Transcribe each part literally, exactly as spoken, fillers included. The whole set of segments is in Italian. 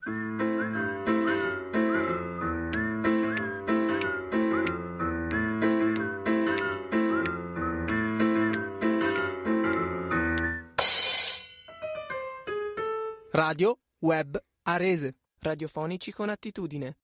Radio Web Arese. Radiofonici con attitudine.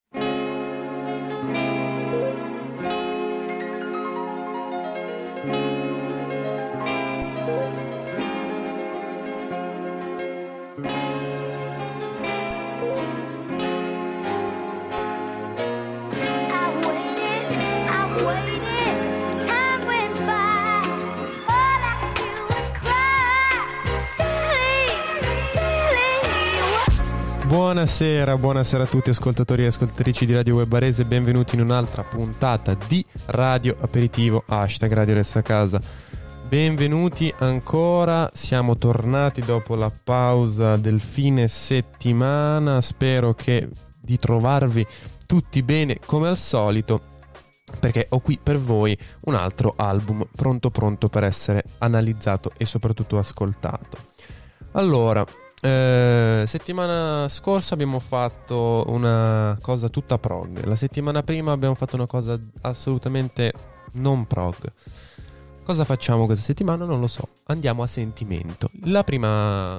Buonasera, buonasera a tutti ascoltatori e ascoltatrici di Radio Web Arese, benvenuti in un'altra puntata di Radio Aperitivo, hashtag Radio Resta a Casa. Benvenuti ancora, siamo tornati dopo la pausa del fine settimana, spero che di trovarvi tutti bene come al solito, perché ho qui per voi un altro album pronto pronto per essere analizzato e soprattutto ascoltato. Allora, Eh, settimana scorsa abbiamo fatto una cosa tutta prog. La settimana prima abbiamo fatto una cosa assolutamente non prog. Cosa facciamo questa settimana? Non lo so. Andiamo a sentimento. La prima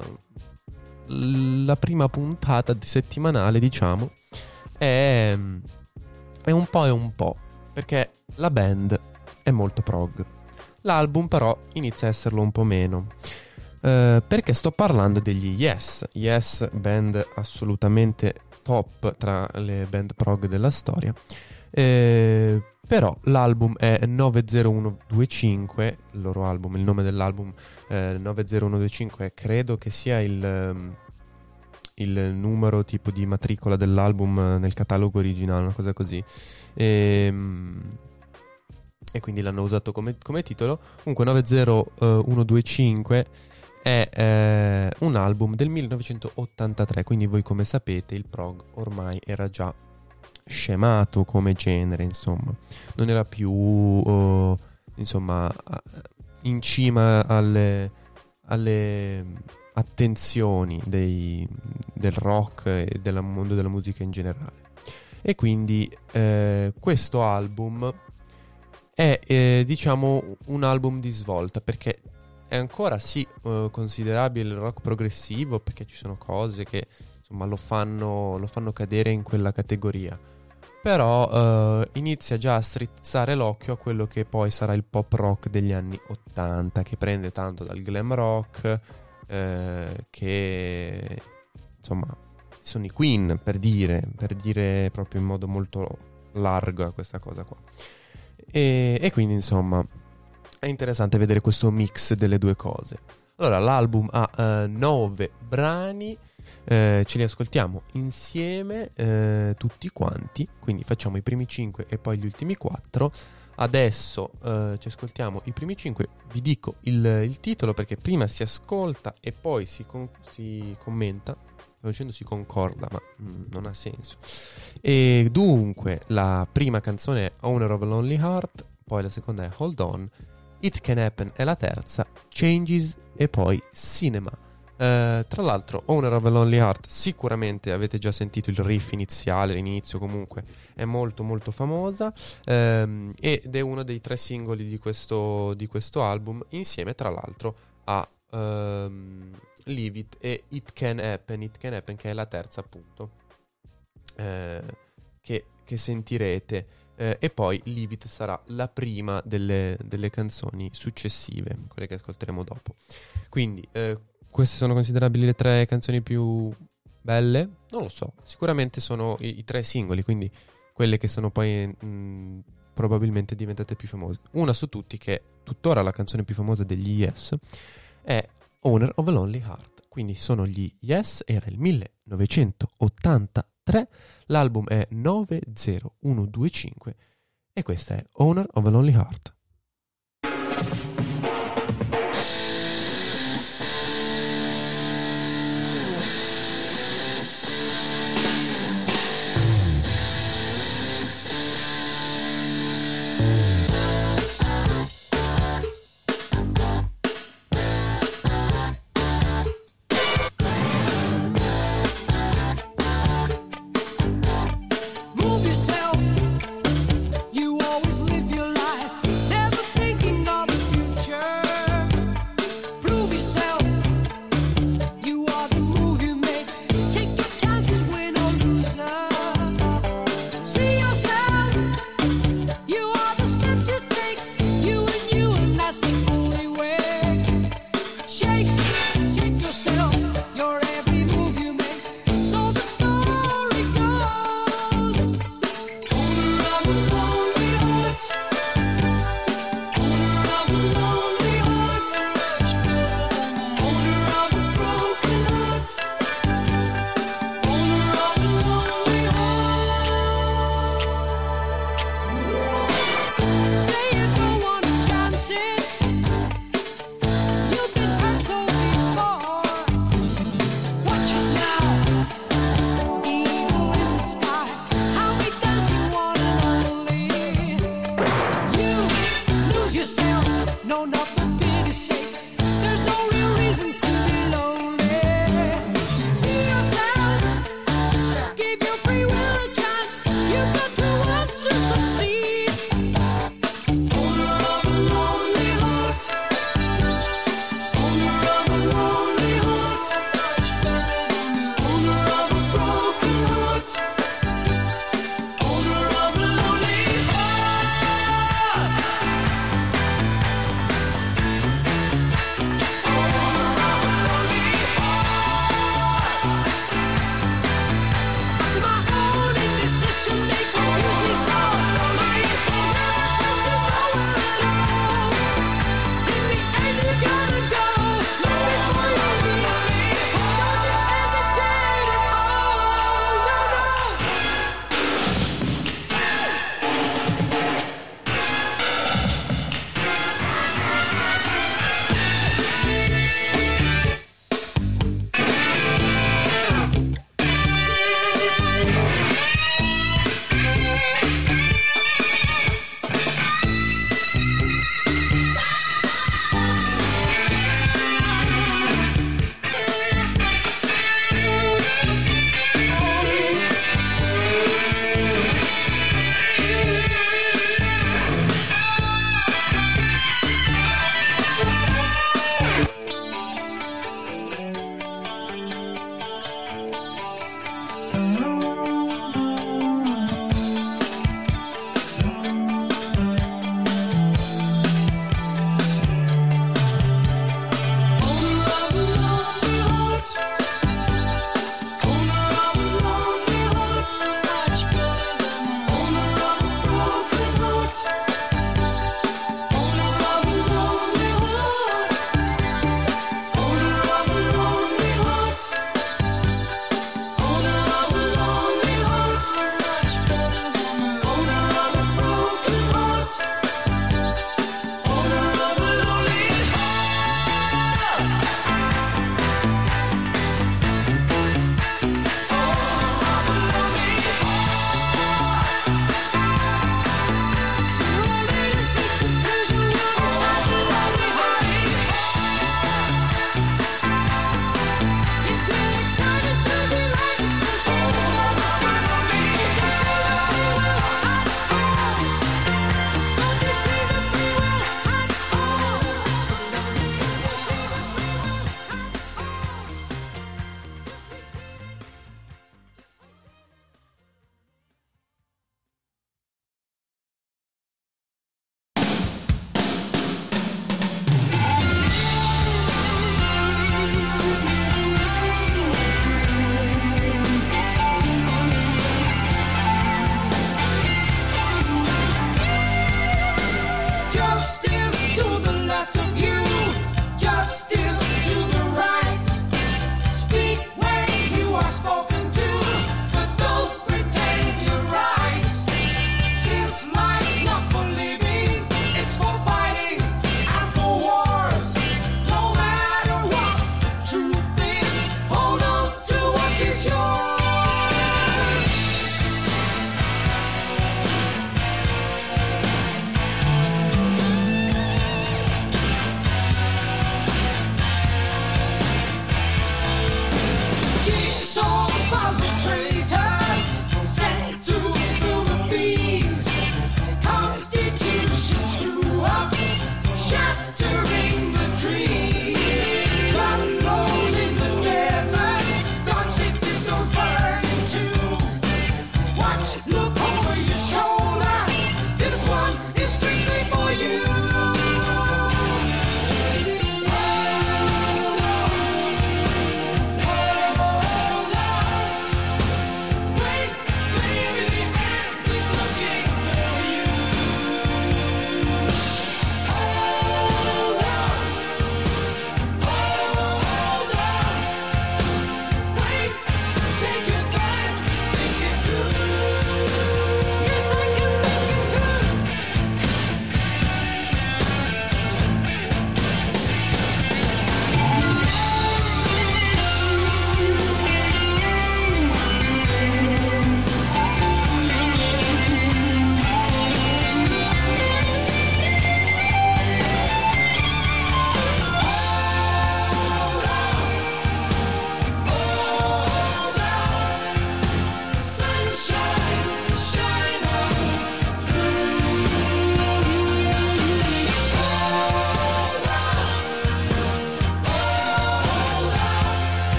La prima puntata di settimanale, diciamo, è È un po' e un po', perché la band è molto prog. L'album però inizia a esserlo un po' meno. Uh, perché sto parlando degli Yes. Yes, band assolutamente top tra le band prog della storia. Eh, però l'album è nove zero uno due cinque, il loro album, il nome dell'album eh, nove zero uno due cinque, credo che sia il, um, il numero tipo di matricola dell'album nel catalogo originale, una cosa così. E, um, e quindi l'hanno usato come, come titolo. Comunque nove zero uno due cinque è eh, un album del millenovecentottantatré, quindi voi come sapete il prog ormai era già scemato come genere, insomma non era più oh, insomma in cima alle, alle attenzioni dei, del rock e del mondo della musica in generale. E quindi eh, questo album è eh, diciamo un album di svolta, perché è ancora sì uh, considerabile il rock progressivo, perché ci sono cose che insomma lo fanno, lo fanno cadere in quella categoria, però uh, inizia già a strizzare l'occhio a quello che poi sarà il pop rock degli anni ottanta, che prende tanto dal glam rock, eh, che insomma sono i Queen, per dire, per dire proprio in modo molto largo a questa cosa qua. E, e quindi insomma è interessante vedere questo mix delle due cose. Allora, l'album ha uh, nove brani, eh, ce li ascoltiamo insieme eh, tutti quanti, quindi facciamo i primi cinque e poi gli ultimi quattro. Adesso uh, ci ascoltiamo i primi cinque, vi dico il, il titolo perché prima si ascolta e poi si, con- si commenta. Sto dicendo si concorda, ma mm, non ha senso. E dunque, la prima canzone è Owner of a Lonely Heart, poi la seconda è Hold On, It Can Happen è la terza, Changes e poi Cinema. Uh, tra l'altro Owner of a Lonely Heart sicuramente avete già sentito il riff iniziale, l'inizio comunque è molto molto famosa, um, ed è uno dei tre singoli di questo, di questo album, insieme tra l'altro a um, Leave It e It Can Happen, It Can Happen che è la terza appunto, uh, che, che sentirete. Eh, e poi Leave It sarà la prima delle, delle canzoni successive, quelle che ascolteremo dopo. Quindi eh, queste sono considerabili le tre canzoni più belle? Non lo so, sicuramente sono i, i tre singoli, quindi quelle che sono poi mh, probabilmente diventate più famose. Una su tutti, che è tuttora la canzone più famosa degli Yes, è Owner of a Lonely Heart. Quindi sono gli Yes, era il millenovecentottantatré, l'album è nove zero uno due cinque e questa è Owner of a Lonely Heart.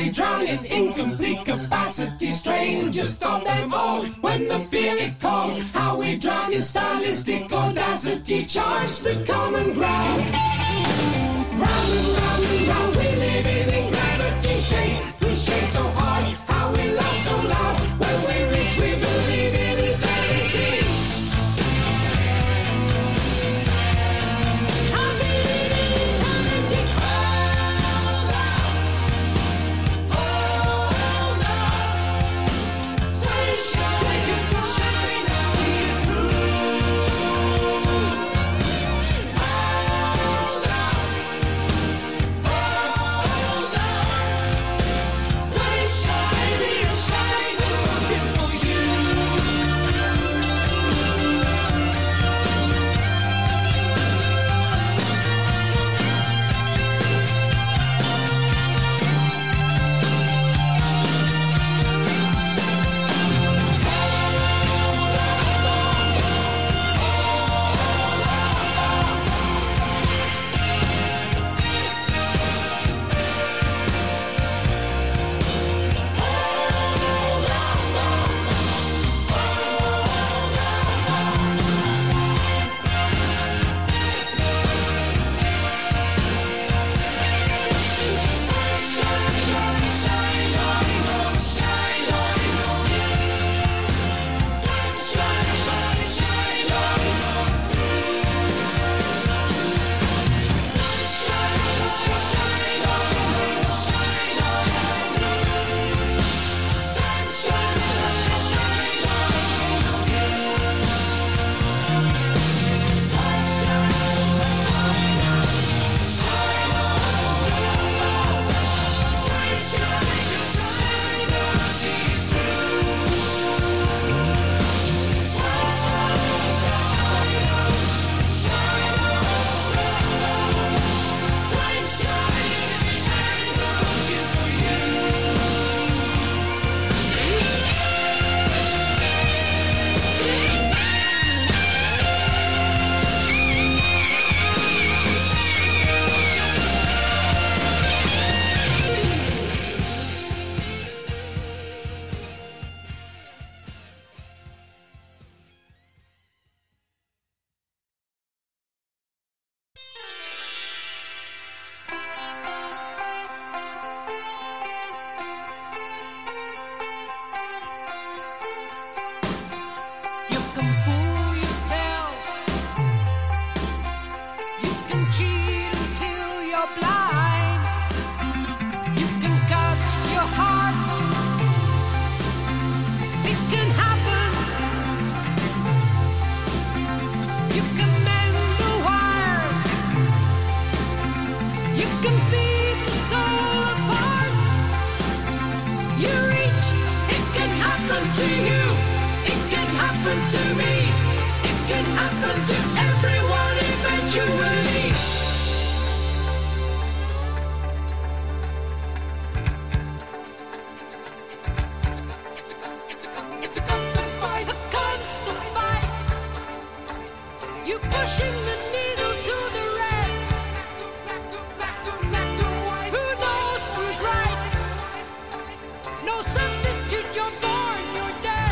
we drown in incomplete capacity, strangest of them all. When the fear it calls, how we drown in stylistic audacity, charge the common ground. Round and round and round, we live in gravity shake. We shake so hard, how we laugh so loud. When we reach, we believe in eternity. I believe in eternity. Hold on, hold on. Sunshine, take it to shine, see it through. Hold on, hold on. Sunshine, baby, it shines, it's looking for you. You can fool yourself. You can cheat until you're blind. You can cut your heart. It can happen. You can mend the wires. You can feed the soul apart. You reach, it can happen to you. It can happen to me. It can happen to everyone eventually. It's a, it's a, it's a, it's a constant fight, a constant fight. You pushing the needle to the red. Black and black and white. Who knows who's right? No substitute, you're born, you're dead.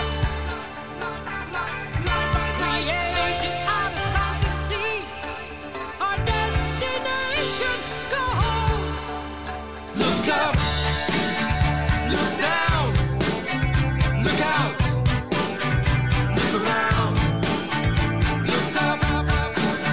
Created out of fantasy. Our destination, go home. Look up, look down, look out, look around, look up,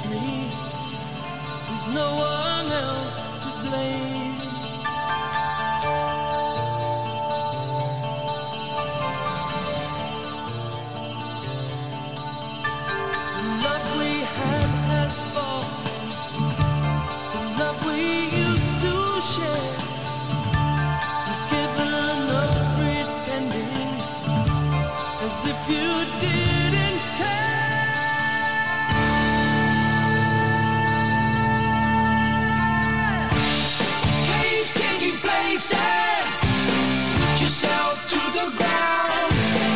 me. There's no one else to blame. The love we had has fallen. The love we used to share. We've given up pretending as if you didn't care. Change, changing places. Put yourself to the ground.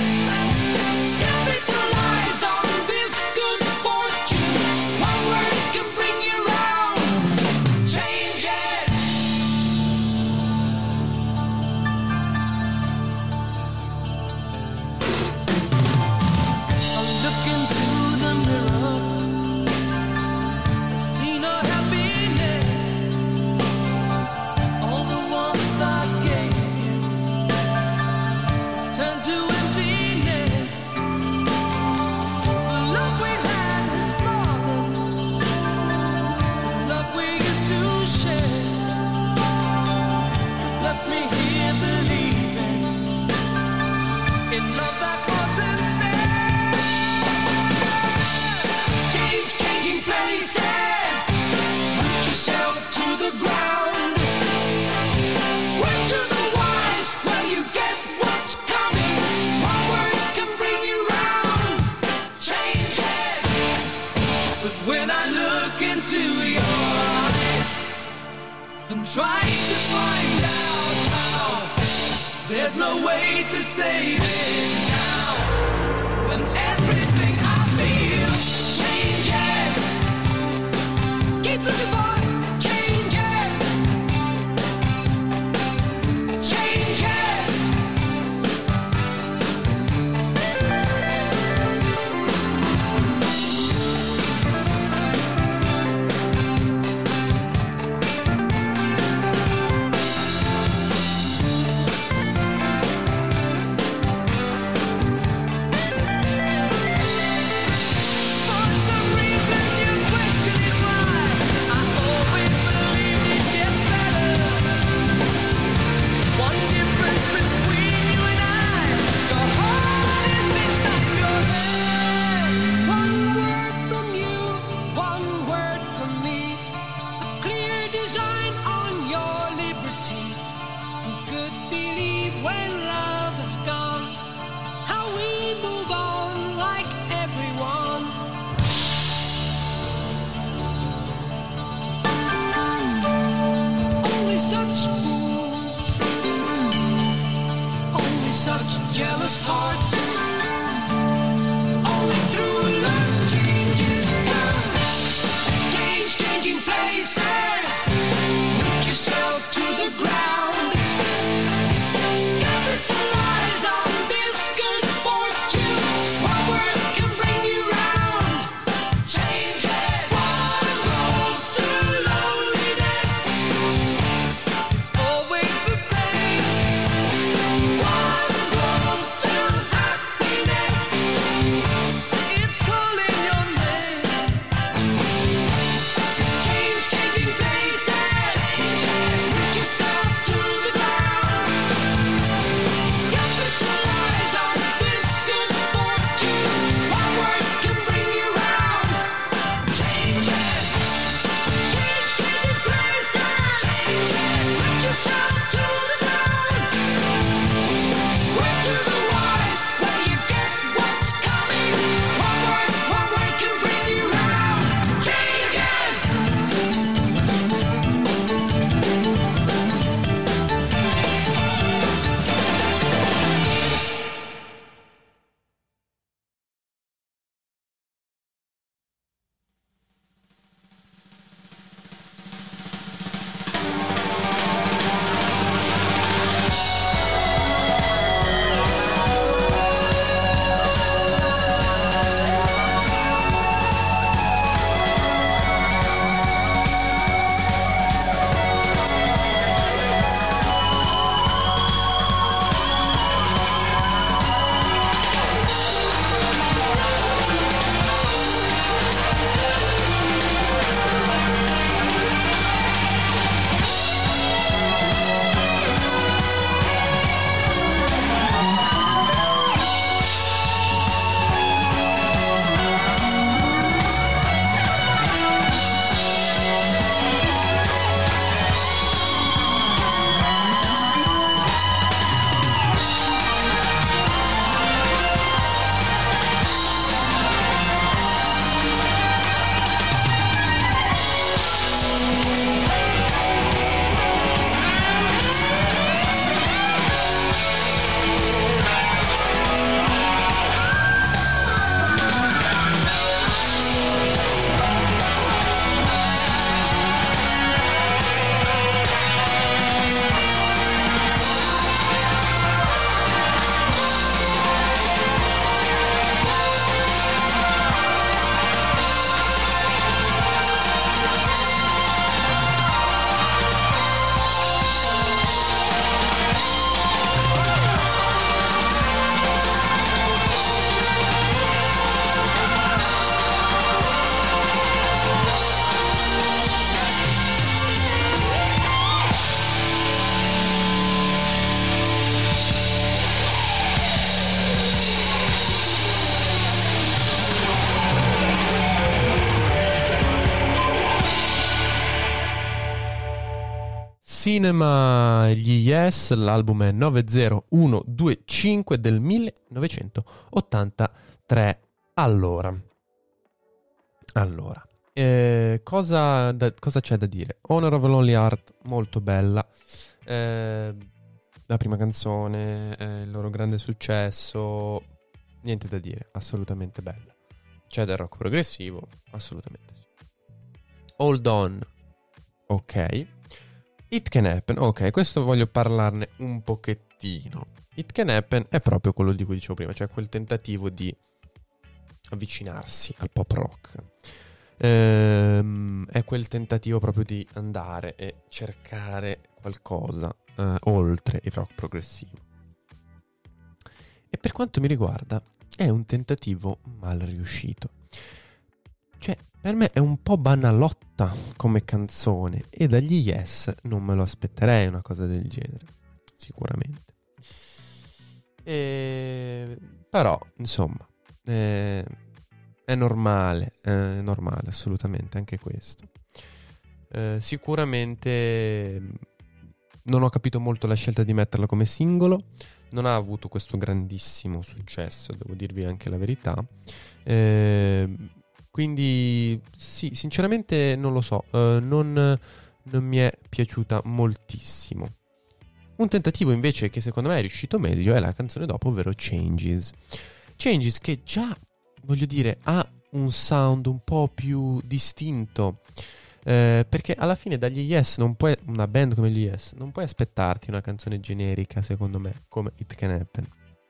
Capitalize on this good fortune. One word can bring you round. Changes. I look into the mirror. I see no happiness. All the warmth I gave you has turned to emptiness. The love we had has fallen. The love we used to share left me here believing in love that wasn't there. Change, changing places. Put yourself to the ground. Word to the wise, well you get what's coming. One word can bring you round. Changes. But when I look into your eyes and try to find out how, there's no way to save it now. When everything I feel changes. Keep looking for changes. Changes. For some reason you're questioning why I always believe it gets better. One difference between you and I, your heart is inside your head. One word from you, one word from me. A clear design on your liberty. Who could believe when love is gone? How we move on like everyone. Only such fools, only such jealous hearts. Only through love changes come. Change, changing places. Put yourself to the ground. Capitalize on this good fortune. One word can bring you round. Changes. One road to loneliness. It's always the same. One road to happiness. Cinema, gli Yes, l'album è nove zero uno due cinque del millenovecentottantatré. Allora, allora eh, cosa, da, cosa c'è da dire? Honor of a Lonely Heart, molto bella. Eh, la prima canzone, eh, il loro grande successo, niente da dire, assolutamente bella. C'è del rock progressivo, assolutamente sì. Hold On, ok. It Can Happen, ok, questo voglio parlarne un pochettino. It Can Happen è proprio quello di cui dicevo prima, cioè quel tentativo di avvicinarsi al pop rock. Ehm, è quel tentativo proprio di andare e cercare qualcosa eh, oltre il rock progressivo. E per quanto mi riguarda è un tentativo mal riuscito. Cioè, per me è un po' banalotta come canzone e dagli Yes non me lo aspetterei una cosa del genere, sicuramente. E... però, insomma, eh, è normale, è normale assolutamente anche questo. Eh, sicuramente non ho capito molto la scelta di metterla come singolo, non ha avuto questo grandissimo successo, devo dirvi anche la verità. Eh, quindi sì, sinceramente non lo so, eh, non, non mi è piaciuta moltissimo. Un tentativo invece che secondo me è riuscito meglio è la canzone dopo, ovvero Changes. Changes che già, voglio dire, ha un sound un po' più distinto, eh, perché alla fine dagli Yes non puoi, una band come gli Yes non puoi aspettarti una canzone generica, secondo me, come It Can Happen.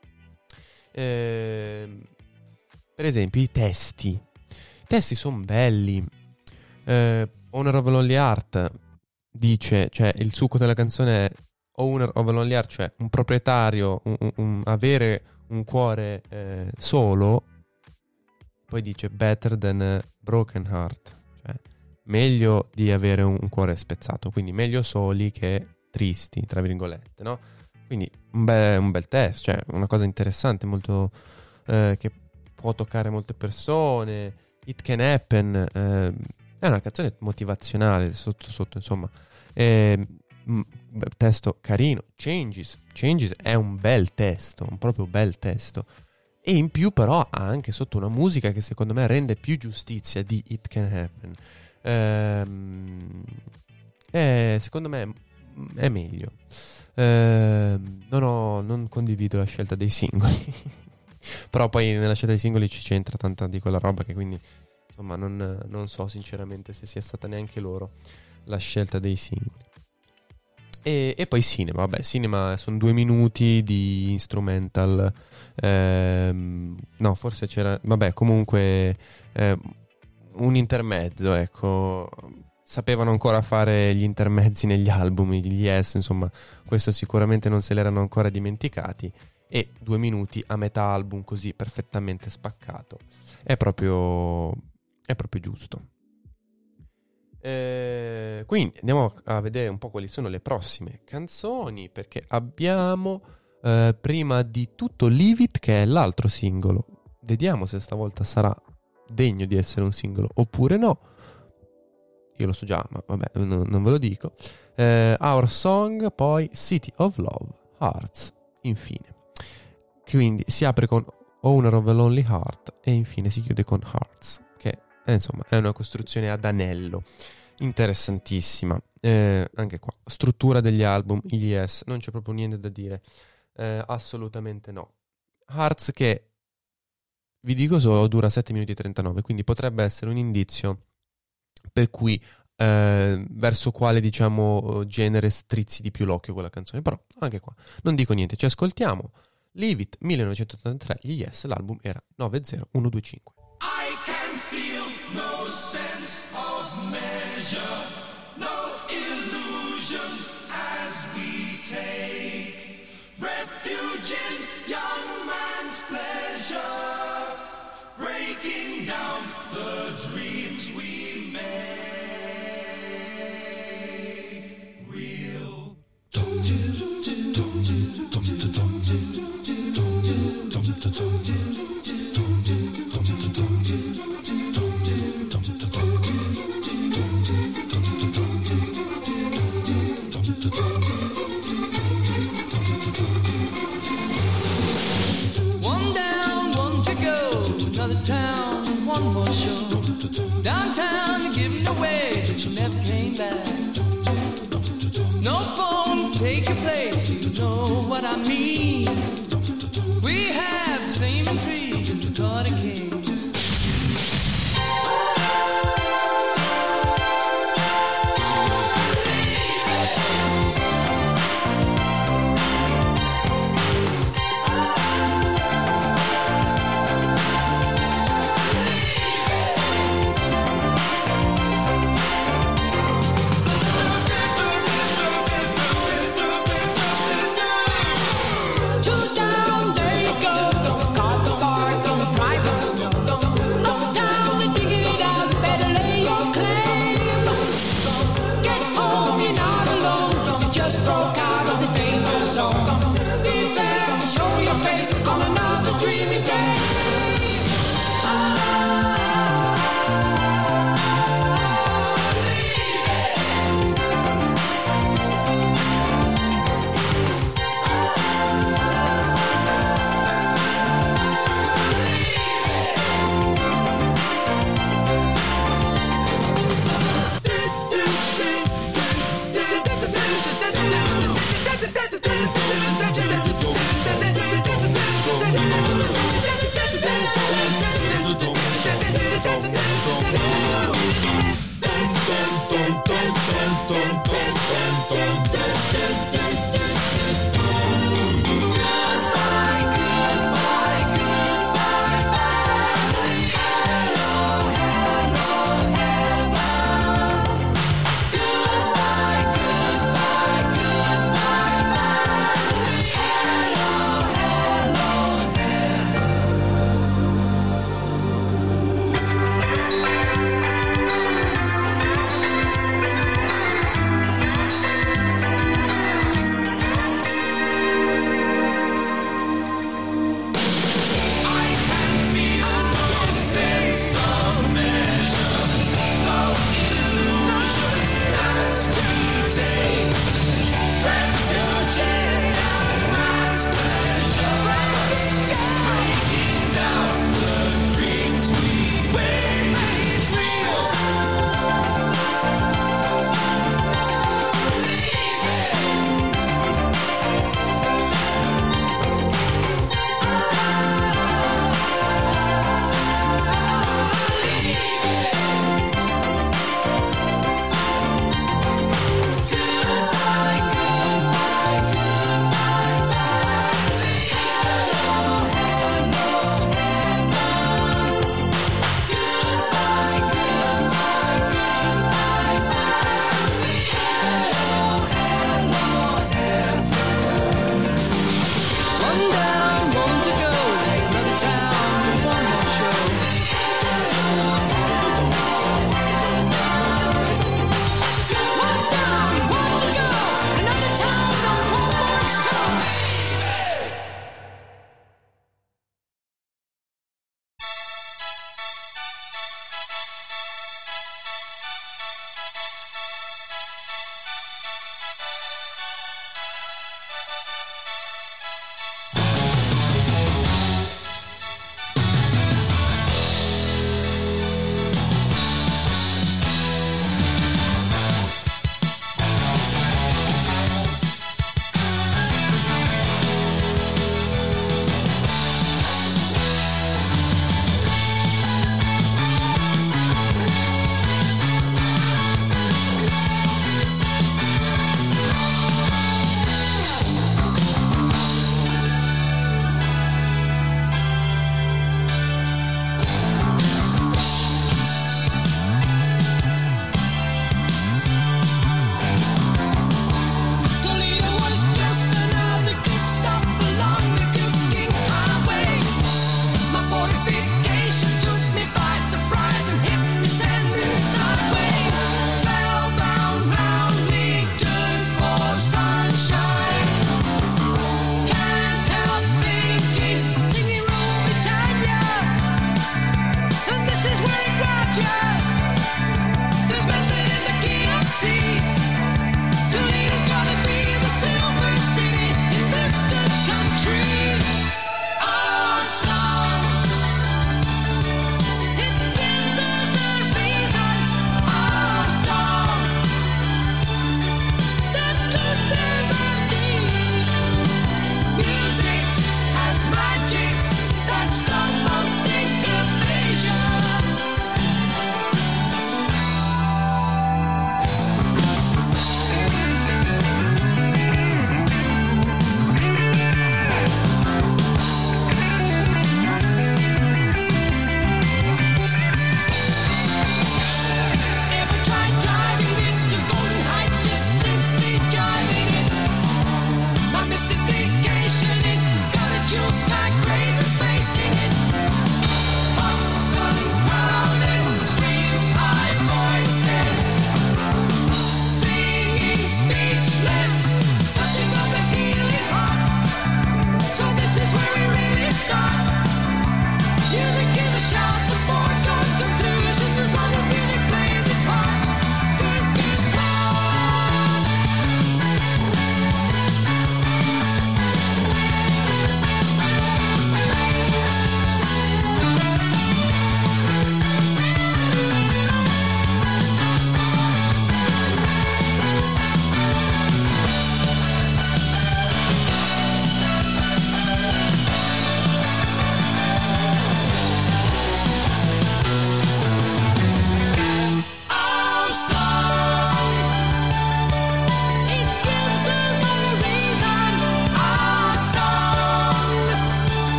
Eh, per esempio i testi i testi sono belli. eh, Honor of a Lonely Heart dice, cioè il succo della canzone è Owner of a Lonely Heart, cioè un proprietario, un, un, un, avere un cuore eh, solo. Poi dice better than a broken heart, cioè meglio di avere un, un cuore spezzato, quindi meglio soli che tristi, tra virgolette, no? Quindi un, be- un bel testo, cioè una cosa interessante, molto eh, che può toccare molte persone. It Can Happen eh, è una canzone motivazionale sotto sotto, insomma. Eh, testo carino. Changes Changes è un bel testo, un proprio bel testo, e in più però ha anche sotto una musica che secondo me rende più giustizia di It Can Happen. Ehm, è, secondo me è meglio. Ehm, non, ho, non condivido la scelta dei singoli però poi nella scelta dei singoli ci c'entra tanta di quella roba che quindi insomma non, non so sinceramente se sia stata neanche loro la scelta dei singoli. E, e poi Cinema, vabbè, Cinema sono due minuti di instrumental, ehm, no forse c'era, vabbè comunque eh, un intermezzo, ecco, sapevano ancora fare gli intermezzi negli album, gli Yes, insomma questo sicuramente non se l'erano ancora dimenticati, e due minuti a metà album così perfettamente spaccato è proprio, è proprio giusto. Eh, quindi andiamo a vedere un po' quali sono le prossime canzoni, perché abbiamo eh, prima di tutto Leave It, che è l'altro singolo. Vediamo se stavolta sarà degno di essere un singolo oppure no. Io lo so già, ma vabbè, non, non ve lo dico. eh, Our Song, poi City of Love, Hearts, infine. Quindi si apre con Owner of a Lonely Heart e infine si chiude con Hearts, che eh, insomma è una costruzione ad anello interessantissima. Eh, anche qua struttura degli album, gli Yes, non c'è proprio niente da dire, eh, assolutamente no. Hearts, che vi dico solo dura sette minuti e trentanove, quindi potrebbe essere un indizio per cui eh, verso quale diciamo genere strizzi di più l'occhio quella canzone, però anche qua non dico niente, ci ascoltiamo Leave It millenovecentottantatré, gli Yes, l'album era nove zero uno due cinque. I can feel no sense of measure, no illusions as we take refuge in young man's pleasure, breaking down the dreams we make real. she never came back. No phone to take your place, you know what I mean. We have the same intrigue as the Carter Kings.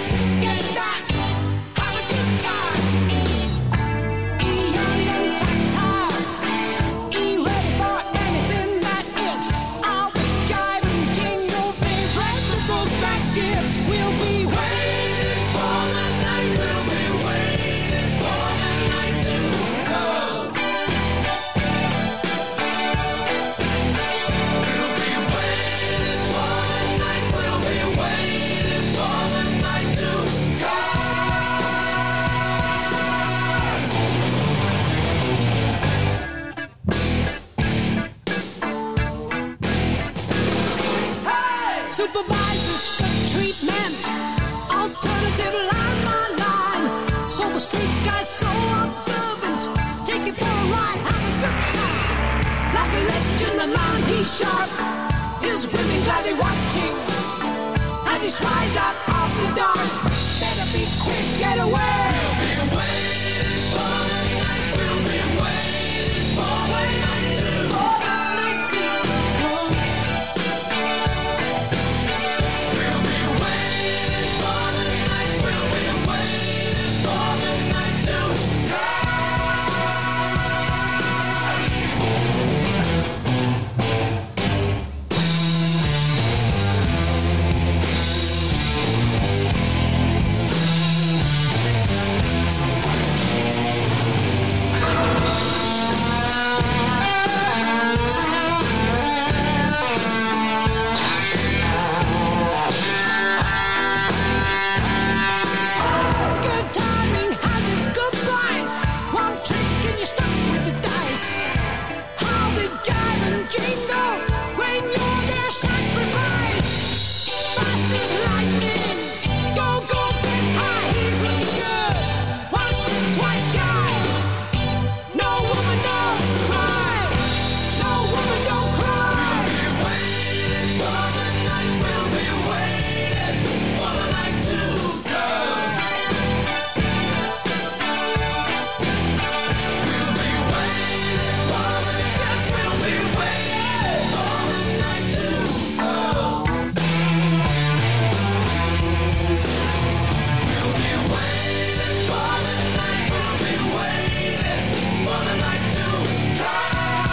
this, get that, have a good time. E young and tactile, E ready for anything that is. I'll be jive and jingle, be ready to go back gifts. We'll be waiting for the night, we'll be waiting for the night to come. We'll be waiting for the night, we'll be waiting for the night to come. Supervisors, good treatment, alternative line by line. So the street guy's so observant, take it for a ride, have a good time. Like a legend, the man, he's sharp, his women gladly watching as he strides out of the dark. Better be quick, get away. We'll be waiting for the night, we'll be waiting for the night to, for the night to come. We'll be waiting for the night, we'll be waiting for the night to come. Good timing has its good price. One trick and you're stuck with the dice. How the jive and jingle when you're their sacrifice. Fast as lightning, go, go, get high. He's looking good, once been twice shy. No woman, don't cry. No woman, don't cry. We'll be waiting for the night. We'll be waiting for the night to come. We'll be waiting for the night. We'll be waiting for the night to come. We'll be waiting for the night. We'll be waiting for the night to come.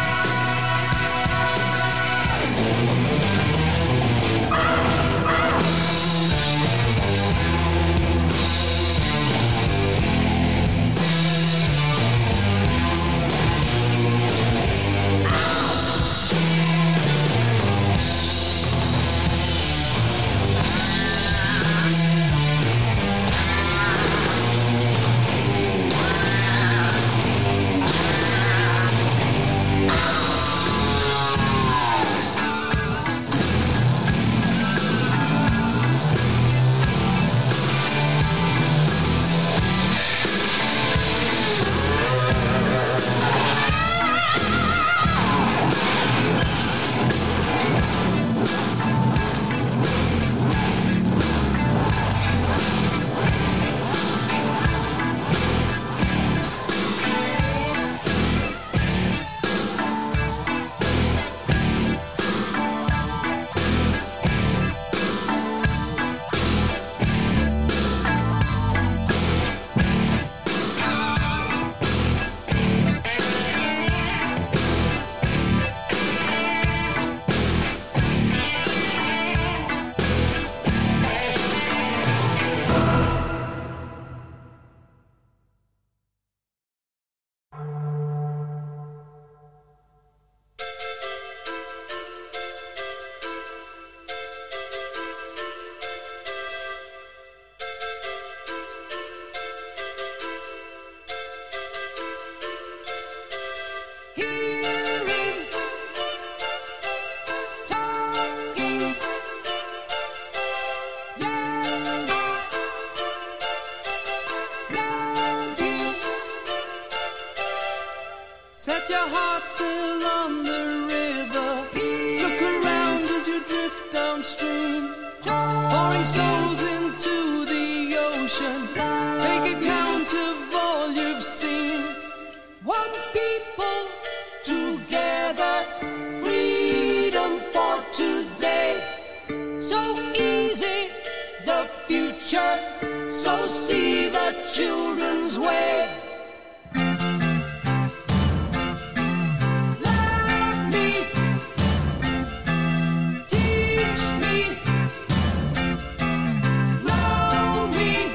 Hearing, talking, yes, I love you. Set your heart sail on the river. Look around as you drift downstream, pouring souls into the ocean. Take account of all you've seen. One people together, freedom for today. So easy, the future. future, so see the children's way. Love me, teach me, know me.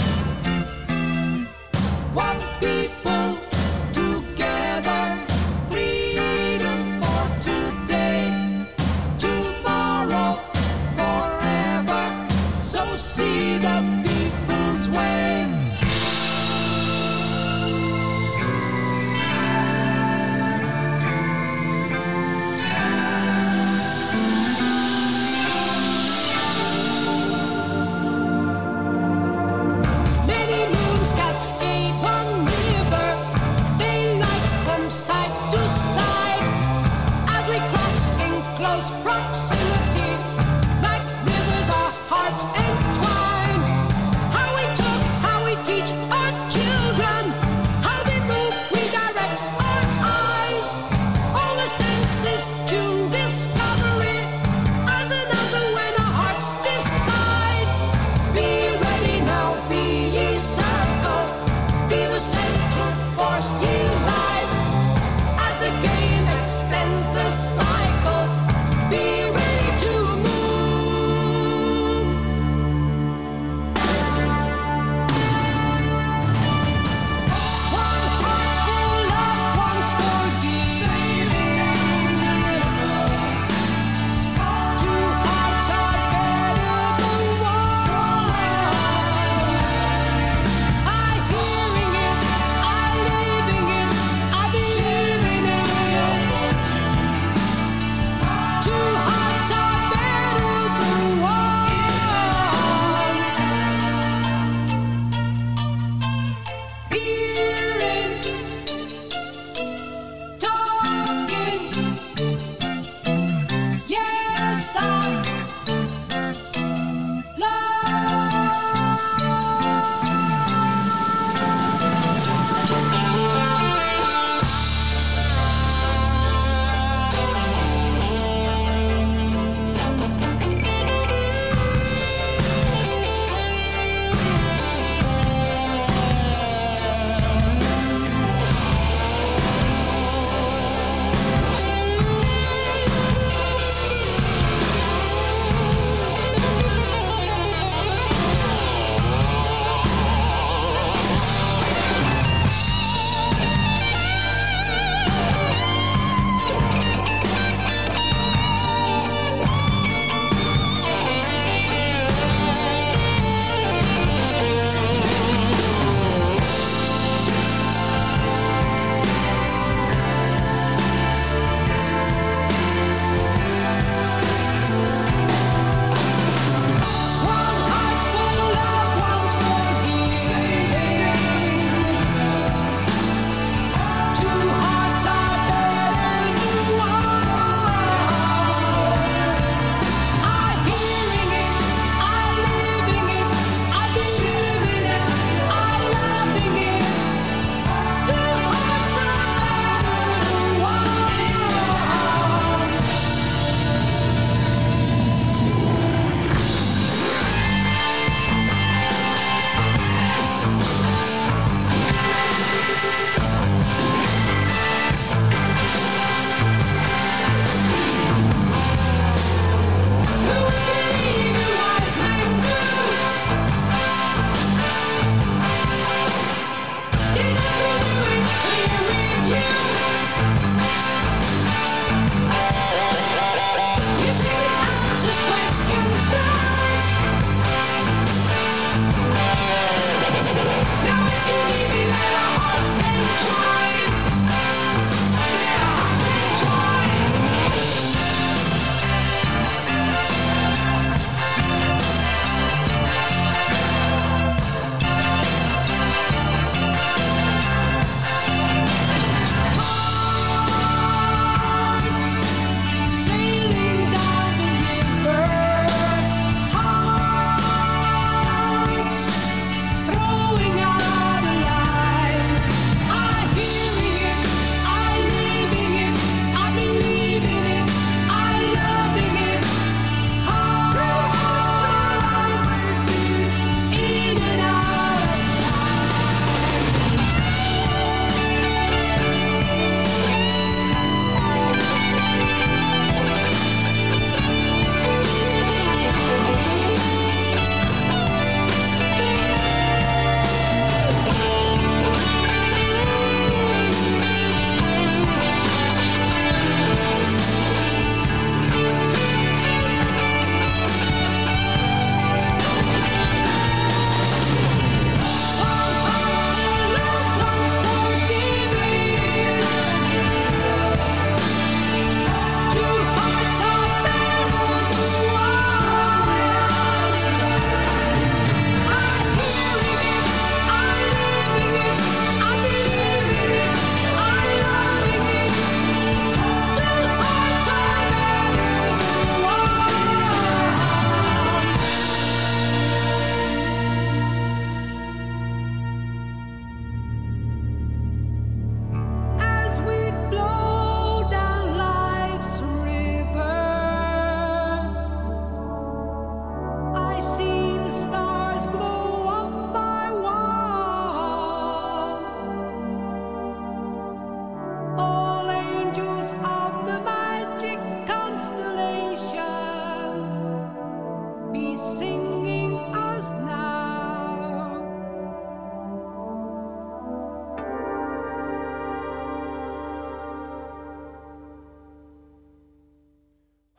One people together, freedom for today, tomorrow, forever. So see the people's way. Many moons cascade one river, they light from side to side as we cross in close proximity, like rivers our hearts entwine. How we took, how we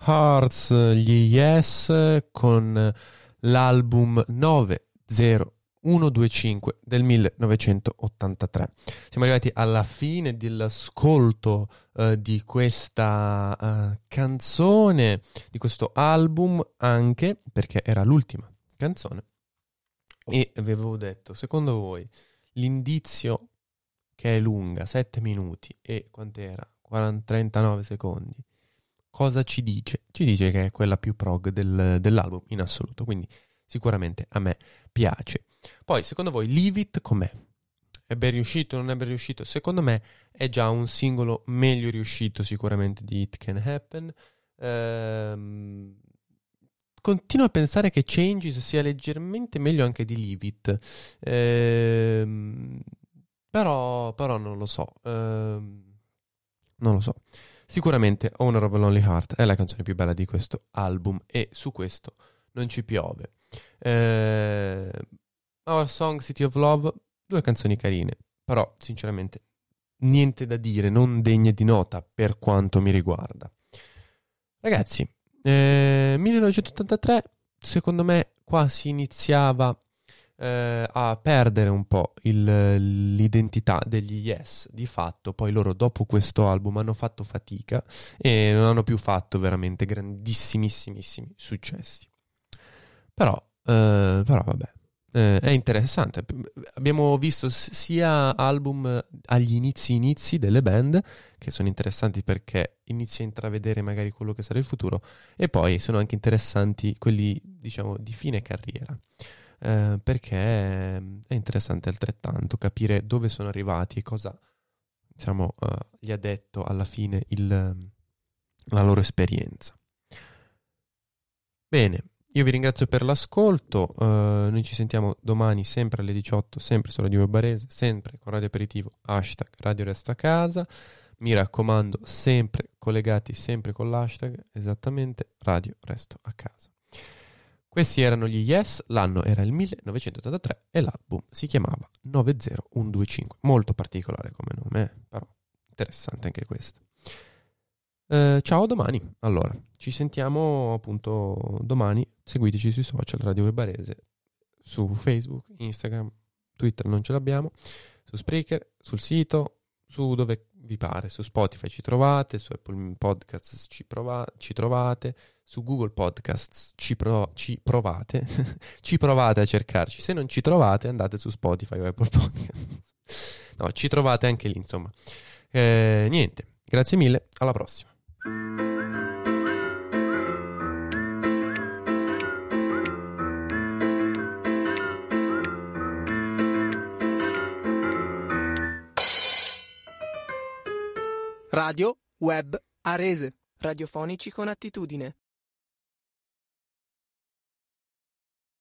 Hearts, gli Yes, con l'album nove zero uno due cinque del millenovecentottantatré. Siamo arrivati alla fine dell'ascolto uh, di questa uh, canzone, di questo album, anche perché era l'ultima canzone. E vi avevo detto, secondo voi l'indizio che è lunga, sette minuti e quant'era? quaranta, trentanove secondi, cosa ci dice? Ci dice che è quella più prog del, dell'album in assoluto, quindi sicuramente a me piace. Poi, secondo voi, Leave It com'è? È ben riuscito, non è ben riuscito? Secondo me è già un singolo meglio riuscito sicuramente di It Can Happen. Ehm, continuo a pensare che Changes sia leggermente meglio anche di Leave It. Ehm, però, però non lo so. Ehm, non lo so. Sicuramente Owner of a Lonely Heart è la canzone più bella di questo album e su questo non ci piove. Eh, Our Song, City of Love, due canzoni carine, però sinceramente niente da dire, non degne di nota per quanto mi riguarda. Ragazzi, eh, millenovecentottantatré, secondo me qua si iniziava eh, a perdere un po' il, l'identità degli Yes. Di fatto poi loro dopo questo album hanno fatto fatica e non hanno più fatto veramente grandissimissimissimi successi. Però, eh, però vabbè, eh, è interessante. Abbiamo visto sia album agli inizi inizi delle band, che sono interessanti perché inizi a intravedere magari quello che sarà il futuro, e poi sono anche interessanti quelli, diciamo, di fine carriera, eh, perché è interessante altrettanto capire dove sono arrivati e cosa, diciamo, uh, gli ha detto alla fine il, la loro esperienza. Bene. Io vi ringrazio per l'ascolto, uh, noi ci sentiamo domani sempre alle diciotto, sempre su Radio Web Barese, sempre con Radio Aperitivo, hashtag Radio Resto a Casa. Mi raccomando, sempre collegati, sempre con l'hashtag, esattamente, Radio Resto a Casa. Questi erano gli Yes, l'anno era il millenovecentottantatré e l'album si chiamava nove zero uno due cinque. Molto particolare come nome, eh? Però interessante anche questo. Uh, ciao, domani. Allora, ci sentiamo appunto domani. Seguiteci sui social Radio Web Barese, su Facebook, Instagram, Twitter non ce l'abbiamo, su Spreaker, sul sito, su dove vi pare, su Spotify ci trovate, su Apple Podcasts ci, prova- ci trovate, su Google Podcasts ci, pro- ci provate, ci provate a cercarci. Se non ci trovate andate su Spotify o Apple Podcasts. No, ci trovate anche lì, insomma. Eh, niente, grazie mille, alla prossima. Radio Web Arese. Radiofonici con attitudine.